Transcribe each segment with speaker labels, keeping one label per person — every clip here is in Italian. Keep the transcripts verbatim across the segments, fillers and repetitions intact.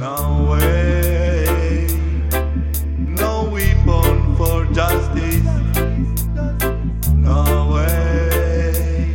Speaker 1: No way, no weapon for justice. No way,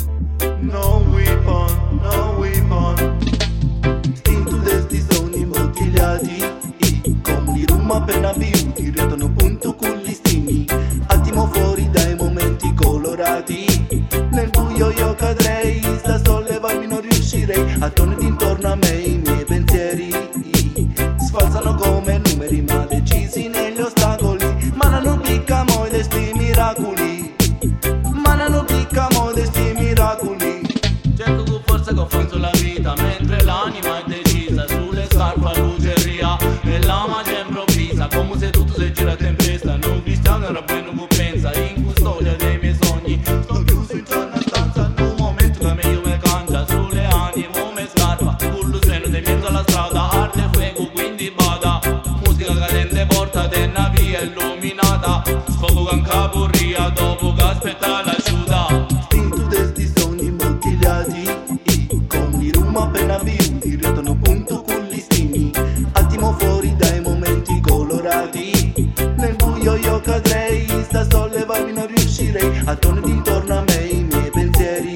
Speaker 1: no weapon, no weapon.
Speaker 2: Stinto desti sono imbottigliati, i comuni rum appena vivuti rendono punto con gli stimi. Attimo fuori dai momenti colorati, nel buio io cadrei, da sollevarmi non riuscirei. Attorno intorno a me i miei pensieri sfalsano come numeri ma decisi negli ostacoli. Manano piccamo ed sti miracoli, manano piccamo ed sti miracoli.
Speaker 3: Cerco con forza confronto la vita mentre l'anima è decisa sulle scarpe all'ugeria e la magia improvvisa come se tutto si gira a tempesta. Non cristiano era bene come pensa in custodia dei miei sogni. Sto chiuso in una stanza in un momento che meglio me cangia sulle anime me scarpa con lo seno di mezzo alla strada arte fuego quindi bada musica cadente porta de una via illuminata sfogo con caporria dopo che aspetta l'asciuta.
Speaker 2: Stinto desti sogni imbottigliati, i comuni rum appena vivuti rendono punto con gli stimi. Attimo fuori dai momenti colorati, nel buio io cadrei, sta sollevarmi non riuscirei. Attorno ed intorno a me i miei pensieri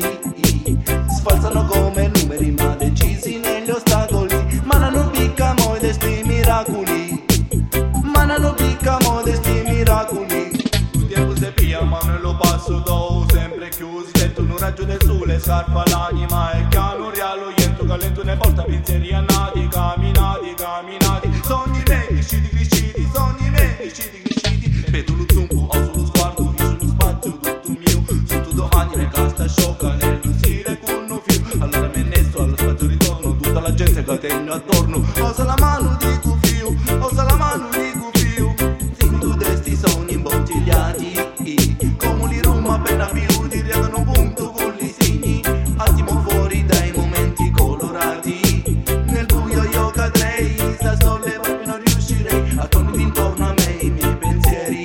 Speaker 2: sfalsano come numeri ma decisi negli ostacoli. Manano piccamo ed sti miracoli, manano piccamo ed sti miracoli.
Speaker 1: Il tempo si pia ma me lo passo do sempre chiusi dentro un raggio del sole scarpa l'anima e chiano rialo iento calento ne porta pensieri annati camminati camminati sogni miei cresciti cresciti sogni miei cresciti cresciti vedo lo zumbo ho sullo sguardo io sullo spazio tutto mio su tutto anime casta sciocca nello stile con un filo. Allora me ne sto allo spazio ritorno tutta la gente che tengo attorno osa la mano di cufio osa la mano di cufio.
Speaker 2: Stinto desti sogni imbottigliati, i comuni rum appena vivuti rendono un punto con gli segni. Attimo fuori dai momenti colorati, nel buio io cadrei, da sollevarmi non riuscirei. Attorno ed intorno a me i miei pensieri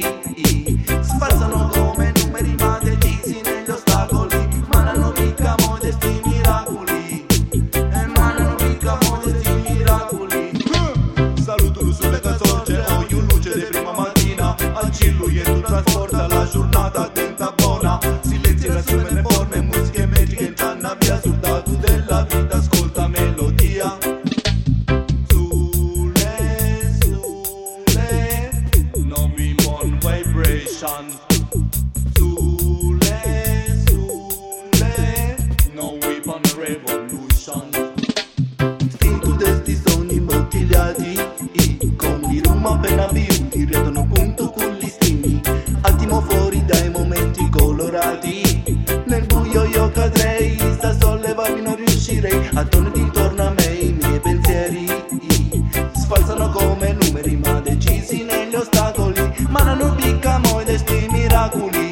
Speaker 2: sfalsano come numeri ma decisi negli ostacoli. Manano piccamo ed sti miracoli, e manano piccamo ed sti miracoli.
Speaker 1: Saluto sulle che sorge ogni luce di prima mattina al cillo e tu trasporta la giornata dentro buona silenzio che assume le forme musiche magiche in tanna via soldato della vita ascolta melodia sulle sulle no weapon vibration sulle sulle no weapon revolution.
Speaker 2: Stinto desti sogni imbottigliati, i comuni rum appena vivuti rendono punto con gli stimi. Attimo fuori dai momenti colorati, nel buio io cadrei, sta sollevarmi non riuscirei. Attorno ed intorno a me i miei pensieri sfalsano come numeri ma decisi negli ostacoli. Manano piccamo ed sti miracoli,